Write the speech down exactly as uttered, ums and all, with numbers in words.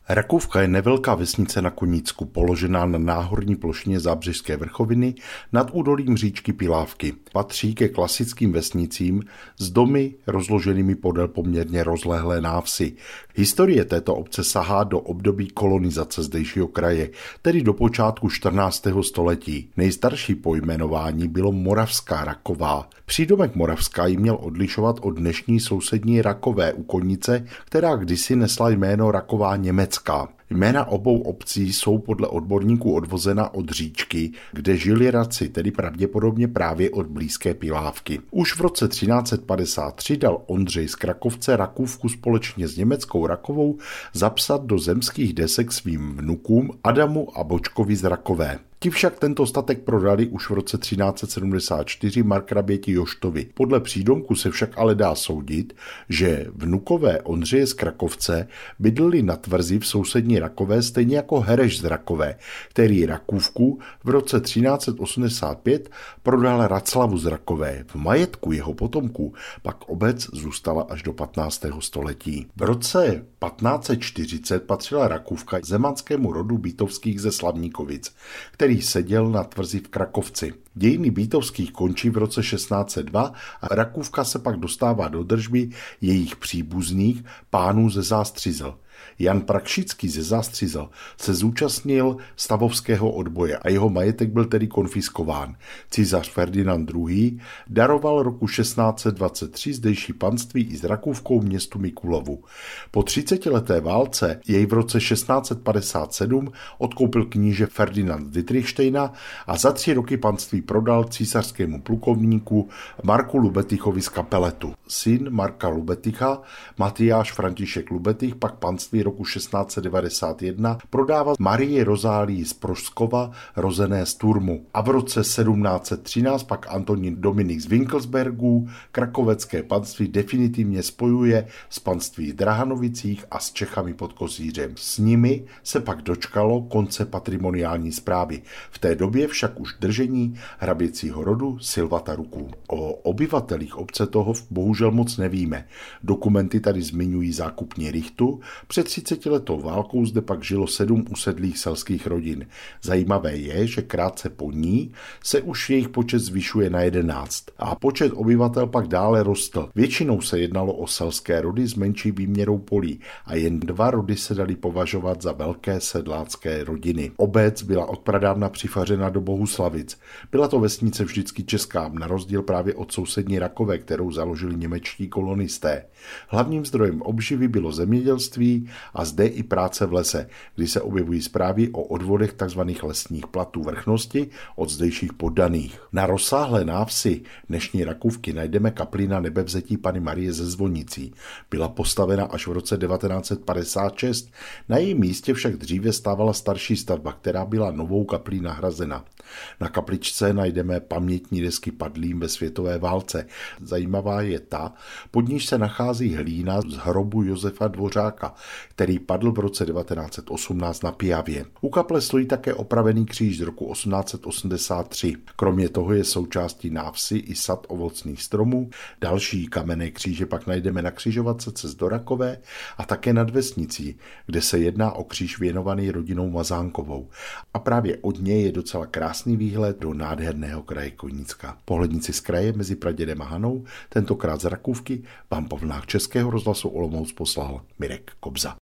Rakůvka je nevelká vesnice na Konícku, položená na náhorní plošině Zábřežské vrchoviny nad údolím říčky Pilávky. Patří ke klasickým vesnicím s domy rozloženými podél poměrně rozlehlé návsi. Historie této obce sahá do období kolonizace zdejšího kraje, tedy do počátku čtrnáctého století. Nejstarší pojmenování bylo Moravská Raková. Přídomek Moravská ji měl odlišovat od dnešní sousední Rakové u Konice, která kdysi nesla jméno Raková Německá. Jména obou obcí jsou podle odborníků odvozena od říčky, kde žili raci, tedy pravděpodobně právě od blízké Pilávky. Už v roce třináct set padesát tři dal Ondřej z Krakovce Rakůvku společně s německou Rakovou zapsat do zemských desek svým vnukům Adamu a Bočkovi z Rakové. Ti však tento statek prodali už v roce třináct set sedmdesát čtyři markraběti Joštovi. Podle přídomku se však ale dá soudit, že vnukové Ondřeje z Krakovce bydleli na tvrzi v sousední Rakové stejně jako Hereš z Rakové, který Rakůvku v roce třináct set osmdesát pět prodal Raclavu z Rakové. V majetku jeho potomků pak obec zůstala až do patnáctého století. V roce patnáct set čtyřicet patřila Rakůvka zemanskému rodu Bítovských ze Slavníkovic, který seděl na tvrzi v Krakovci. Dějiny Bítovských končí v roce šestnáct set dva a Rakůvka se pak dostává do držby jejich příbuzných pánů ze Zástřizel. Jan Prakšický ze Zástřizel se zúčastnil stavovského odboje a jeho majetek byl tedy konfiskován. Císař Ferdinand druhý. daroval roku šestnáct set dvacet tři zdejší panství i s Rakůvkou městu Mikulovu. Po třicetileté válce jej v roce šestnáct set padesát sedm odkoupil kníže Ferdinand Dietrichštejna a za tři roky panství prodal císařskému plukovníku Marku Lubetychovi z Kapeletu. Syn Marka Lubetycha, Matyáš František Lubetych, pak panství roku šestnáct set devadesát jedna prodával Marii Rozálii z Proskova, rozené z Turmu. A v roce sedmnáct set třináct pak Antonín Dominik z Winkelsbergů krakovecké panství definitivně spojuje s panství v Drahanovicích a s Čechami pod Kosířem. S nimi se pak dočkalo konce patrimoniální správy. V té době však už držení hraběcího rodu Silvata Ruků. O obyvatelích obce toho bohužel moc nevíme. Dokumenty tady zmiňují zákupní rychtu. Před třicetiletou válkou zde pak žilo sedm usedlých selských rodin. Zajímavé je, že krátce po ní se už jejich počet zvyšuje na jedenáct. A počet obyvatel pak dále rostl. Většinou se jednalo o selské rody s menší výměrou polí a jen dva rody se daly považovat za velké sedlácké rodiny. Obec byla odpradávna přifařena do Bohuslavic. Byla to vesnice vždycky česká, na rozdíl právě od sousední Rakové, kterou založili němečtí kolonisté. Hlavním zdrojem obživy bylo zemědělství a zde i práce v lese, kdy se objevují zprávy o odvodech tzv. Lesních platů vrchnosti od zdejších poddaných. Na rozsáhlé návsi dnešní Rakůvky najdeme kapli na Nebevzetí Panny Marie ze Zvonicí. Byla postavena až v roce devatenáct set padesát šest. Na jejím místě však dříve stávala starší stavba, která byla novou kaplí nahrazena. Na kapličce najdeme pamětní desky padlým ve světové válce. Zajímavá je ta, pod níž se nachází hlína z hrobu Josefa Dvořáka, který padl v roce devatenáct set osmnáct na Pijavě. U kaple stojí také opravený kříž z roku osmnáct set osmdesát tři. Kromě toho je součástí návsi i sad ovocných stromů. Další kamenné kříže pak najdeme na křižovatce cest do Rakové a také nad vesnicí, kde se jedná o kříž věnovaný rodinou Mazánkovou. A právě od něj je docela krásný výhled do nádherného kraje Konícka. Pohlednici z kraje mezi Pradědem a Hanou, tentokrát z Rakůvky, vám po vlnách Českého rozhlasu Olomouc poslal Mirek Kobza.